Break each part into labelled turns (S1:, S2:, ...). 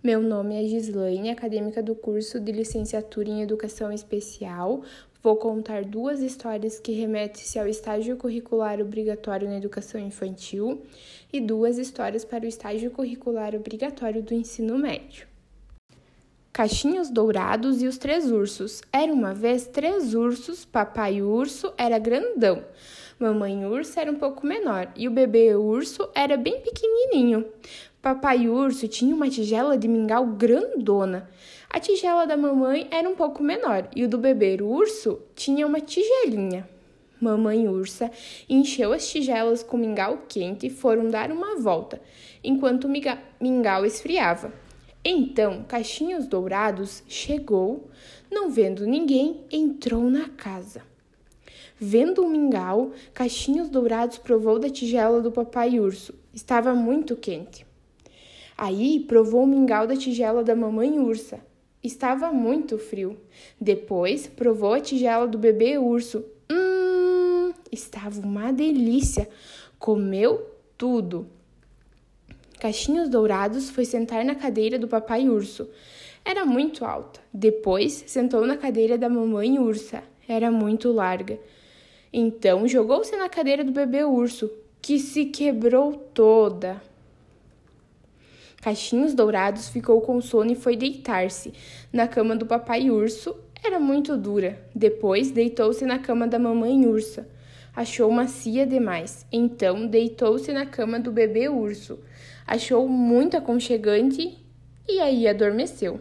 S1: Meu nome é Gislaine, acadêmica do curso de Licenciatura em Educação Especial. Vou contar 2 histórias que remetem-se ao estágio curricular obrigatório na educação infantil e 2 histórias para o estágio curricular obrigatório do ensino médio. Caixinhos Dourados e os 3 ursos. Era uma vez 3 ursos, papai urso era grandão, mamãe ursa era um pouco menor e o bebê urso era bem pequenininho. Papai urso tinha uma tigela de mingau grandona. A tigela da mamãe era um pouco menor e o do bebê urso tinha uma tigelinha. Mamãe ursa encheu as tigelas com mingau quente e foram dar uma volta, enquanto o mingau esfriava. Então, Caixinhos Dourados chegou, não vendo ninguém, entrou na casa. Vendo o mingau, Caixinhos Dourados provou da tigela do papai urso. Estava muito quente. Aí provou o mingau da tigela da mamãe ursa. Estava muito frio. Depois provou a tigela do bebê urso. Estava uma delícia. Comeu tudo. Caixinhos Dourados foi sentar na cadeira do papai urso. Era muito alta. Depois sentou na cadeira da mamãe ursa. Era muito larga. Então jogou-se na cadeira do bebê urso, que se quebrou toda. Caixinhos Dourados ficou com sono e foi deitar-se. Na cama do papai urso era muito dura. Depois deitou-se na cama da mamãe ursa. Achou macia demais. Então deitou-se na cama do bebê urso. Achou muito aconchegante e aí adormeceu.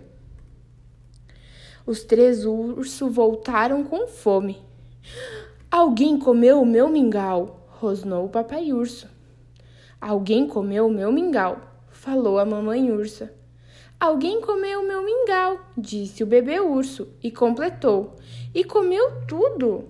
S1: Os 3 ursos voltaram com fome. Alguém comeu o meu mingau, rosnou o papai urso. Alguém comeu o meu mingau, falou a mamãe ursa. Alguém comeu o meu mingau, disse o bebê urso e completou. E comeu tudo.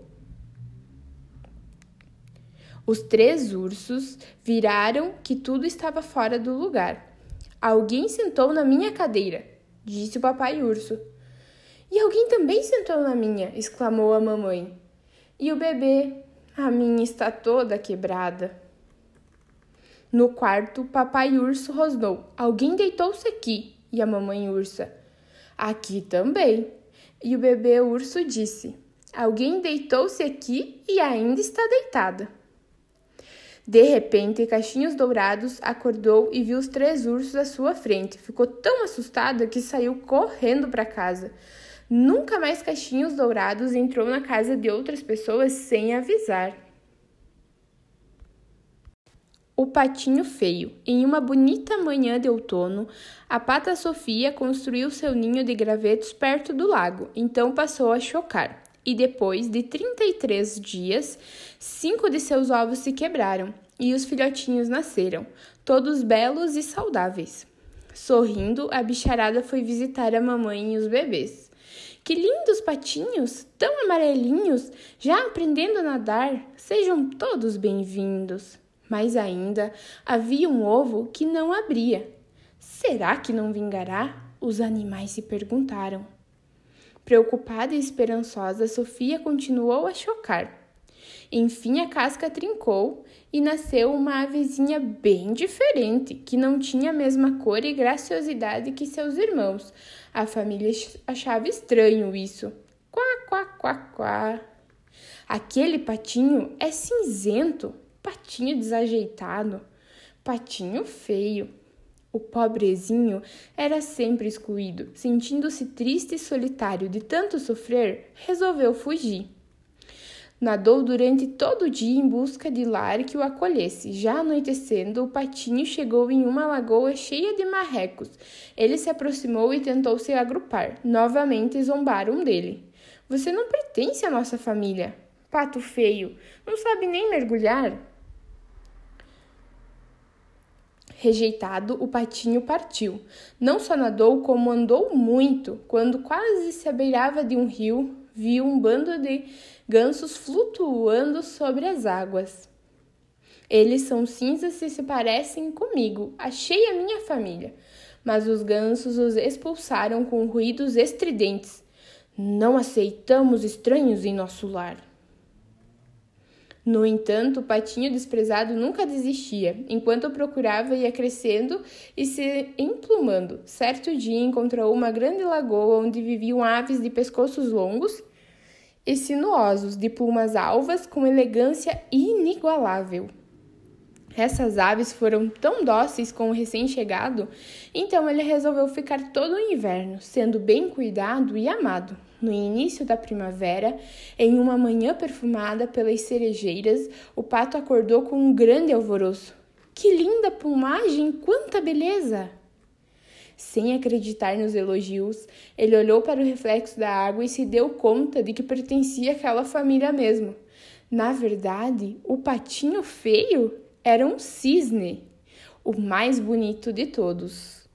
S1: Os 3 ursos viraram que tudo estava fora do lugar. Alguém sentou na minha cadeira, disse o papai urso. E alguém também sentou na minha, exclamou a mamãe. E o bebê? A minha está toda quebrada. No quarto, papai urso rosnou. Alguém deitou-se aqui. E a mamãe ursa. Aqui também. E o bebê urso disse. Alguém deitou-se aqui e ainda está deitada. De repente, Caixinhos Dourados acordou e viu os 3 ursos à sua frente. Ficou tão assustada que saiu correndo para casa. Nunca mais Caixinhos Dourados entrou na casa de outras pessoas sem avisar. O Patinho Feio. Em uma bonita manhã de outono, a Pata Sofia construiu seu ninho de gravetos perto do lago, então passou a chocar. E depois de 33 dias, 5 de seus ovos se quebraram e os filhotinhos nasceram, todos belos e saudáveis. Sorrindo, a bicharada foi visitar a mamãe e os bebês. Que lindos patinhos, tão amarelinhos, já aprendendo a nadar, sejam todos bem-vindos. Mas ainda havia um ovo que não abria. Será que não vingará? Os animais se perguntaram. Preocupada e esperançosa, Sofia continuou a chocar. Enfim, a casca trincou e nasceu uma avezinha bem diferente, que não tinha a mesma cor e graciosidade que seus irmãos. A família achava estranho isso. Quá, quá, quá, quá. Aquele patinho é cinzento, patinho desajeitado, patinho feio. O pobrezinho era sempre excluído. Sentindo-se triste e solitário de tanto sofrer, resolveu fugir. Nadou durante todo o dia em busca de lar que o acolhesse. Já anoitecendo, o patinho chegou em uma lagoa cheia de marrecos. Ele se aproximou e tentou se agrupar. Novamente zombaram dele. Você não pertence à nossa família. Pato feio, não sabe nem mergulhar. Rejeitado, o patinho partiu. Não só nadou, como andou muito. Quando quase se abeirava de um rio, viu um bando de gansos flutuando sobre as águas. Eles são cinzas e se parecem comigo. Achei a minha família. Mas os gansos os expulsaram com ruídos estridentes. Não aceitamos estranhos em nosso lar. No entanto, o patinho desprezado nunca desistia. Enquanto procurava, ia crescendo e se emplumando. Certo dia, encontrou uma grande lagoa onde viviam aves de pescoços longos e sinuosos, de plumas alvas, com elegância inigualável. Essas aves foram tão dóceis com o recém-chegado, então ele resolveu ficar todo o inverno, sendo bem cuidado e amado. No início da primavera, em uma manhã perfumada pelas cerejeiras, o pato acordou com um grande alvoroço. Que linda plumagem! Quanta beleza! Sem acreditar nos elogios, ele olhou para o reflexo da água e se deu conta de que pertencia àquela família mesmo. Na verdade, o patinho feio era um cisne, o mais bonito de todos.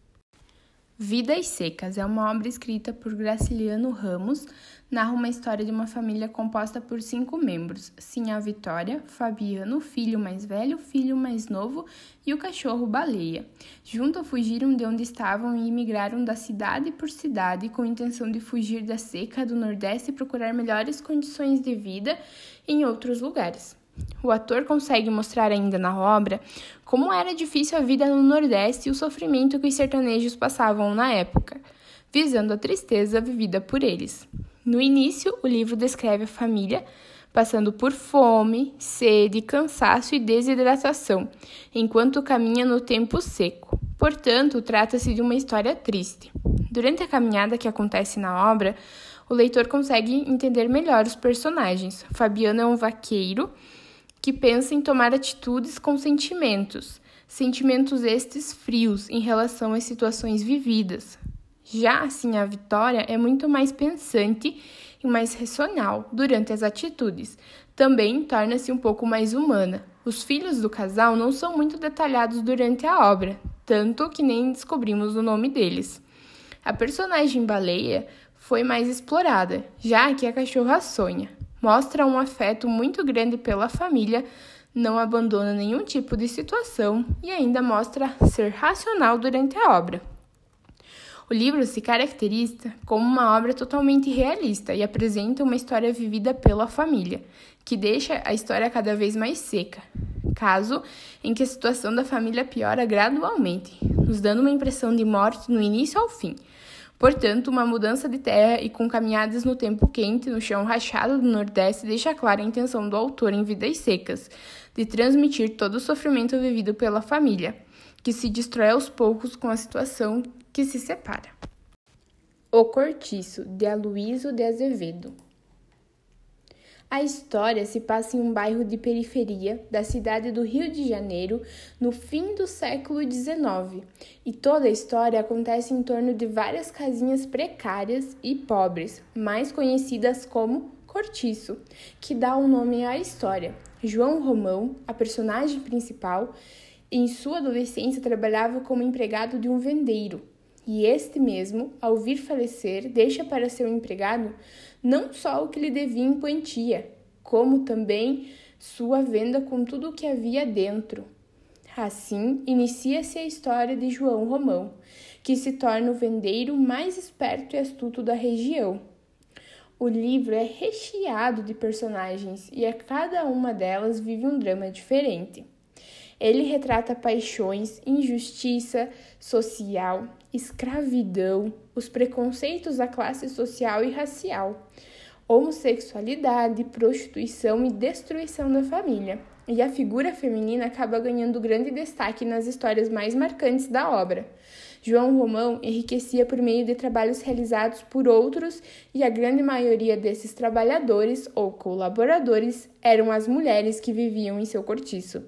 S1: Vidas Secas é uma obra escrita por Graciliano Ramos, narra uma história de uma família composta por 5 membros, Sinhá Vitória, Fabiano, filho mais velho, filho mais novo e o cachorro Baleia. Juntos fugiram de onde estavam e imigraram da cidade por cidade com a intenção de fugir da seca do Nordeste e procurar melhores condições de vida em outros lugares. O ator consegue mostrar ainda na obra como era difícil a vida no Nordeste e o sofrimento que os sertanejos passavam na época, visando a tristeza vivida por eles. No início, o livro descreve a família passando por fome, sede, cansaço e desidratação, enquanto caminha no tempo seco. Portanto, trata-se de uma história triste. Durante a caminhada que acontece na obra, o leitor consegue entender melhor os personagens. Fabiano é um vaqueiro que pensa em tomar atitudes com sentimentos estes frios em relação às situações vividas. Já assim, a Vitória é muito mais pensante e mais racional durante as atitudes. Também torna-se um pouco mais humana. Os filhos do casal não são muito detalhados durante a obra, tanto que nem descobrimos o nome deles. A personagem Baleia foi mais explorada, já que a cachorra Sônia mostra um afeto muito grande pela família, não abandona nenhum tipo de situação e ainda mostra ser racional durante a obra. O livro se caracteriza como uma obra totalmente realista e apresenta uma história vivida pela família, que deixa a história cada vez mais seca, caso em que a situação da família piora gradualmente, nos dando uma impressão de morte no início ao fim. Portanto, uma mudança de terra e com caminhadas no tempo quente no chão rachado do Nordeste deixa clara a intenção do autor em Vidas Secas, de transmitir todo o sofrimento vivido pela família, que se destrói aos poucos com a situação que se separa. O Cortiço, de Aloysio de Azevedo. A história se passa em um bairro de periferia da cidade do Rio de Janeiro no fim do século XIX, e toda a história acontece em torno de várias casinhas precárias e pobres, mais conhecidas como Cortiço, que dá o nome à história. João Romão, a personagem principal, em sua adolescência trabalhava como empregado de um vendeiro, e este mesmo, ao vir falecer, deixa para seu empregado não só o que lhe devia em quantia, como também sua venda com tudo o que havia dentro. Assim, inicia-se a história de João Romão, que se torna o vendeiro mais esperto e astuto da região. O livro é recheado de personagens e a cada uma delas vive um drama diferente. Ele retrata paixões, injustiça social, escravidão, os preconceitos da classe social e racial, homossexualidade, prostituição e destruição da família. E a figura feminina acaba ganhando grande destaque nas histórias mais marcantes da obra. João Romão enriquecia por meio de trabalhos realizados por outros e a grande maioria desses trabalhadores ou colaboradores eram as mulheres que viviam em seu cortiço.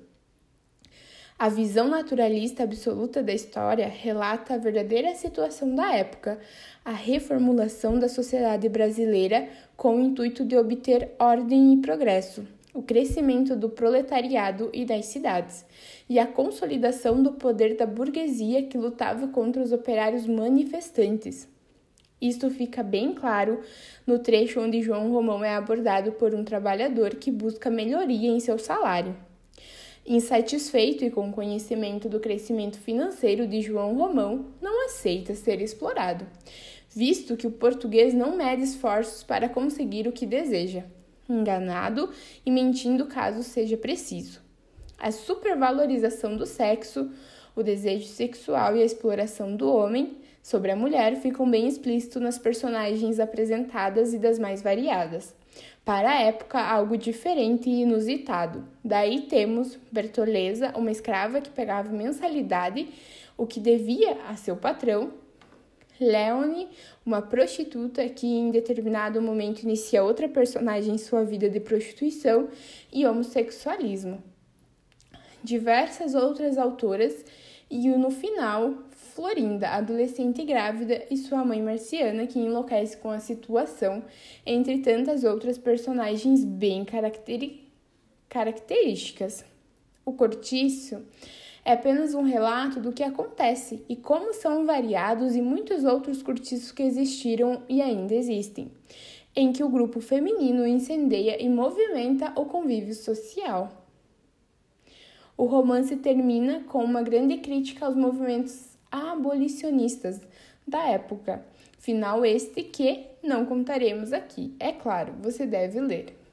S1: A visão naturalista absoluta da história relata a verdadeira situação da época, a reformulação da sociedade brasileira com o intuito de obter ordem e progresso, o crescimento do proletariado e das cidades, e a consolidação do poder da burguesia que lutava contra os operários manifestantes. Isto fica bem claro no trecho onde João Romão é abordado por um trabalhador que busca melhoria em seu salário. Insatisfeito e com conhecimento do crescimento financeiro de João Romão, não aceita ser explorado, visto que o português não mede esforços para conseguir o que deseja. enganado e mentindo caso seja preciso. A supervalorização do sexo, o desejo sexual e a exploração do homem sobre a mulher ficam bem explícitos nas personagens apresentadas e das mais variadas. Para a época, algo diferente e inusitado. Daí temos Bertoleza, uma escrava que pagava mensalidade, o que devia a seu patrão, Leone, uma prostituta que em determinado momento inicia outra personagem em sua vida de prostituição, e homossexualismo. Diversas outras autoras e no final, Florinda, adolescente grávida, e sua mãe Marciana, que enlouquece com a situação, entre tantas outras personagens bem características. O Cortiço é apenas um relato do que acontece e como são variados e muitos outros cortiços que existiram e ainda existem, em que o grupo feminino incendeia e movimenta o convívio social. O romance termina com uma grande crítica aos movimentos abolicionistas da época, final este que não contaremos aqui. É claro, você deve ler.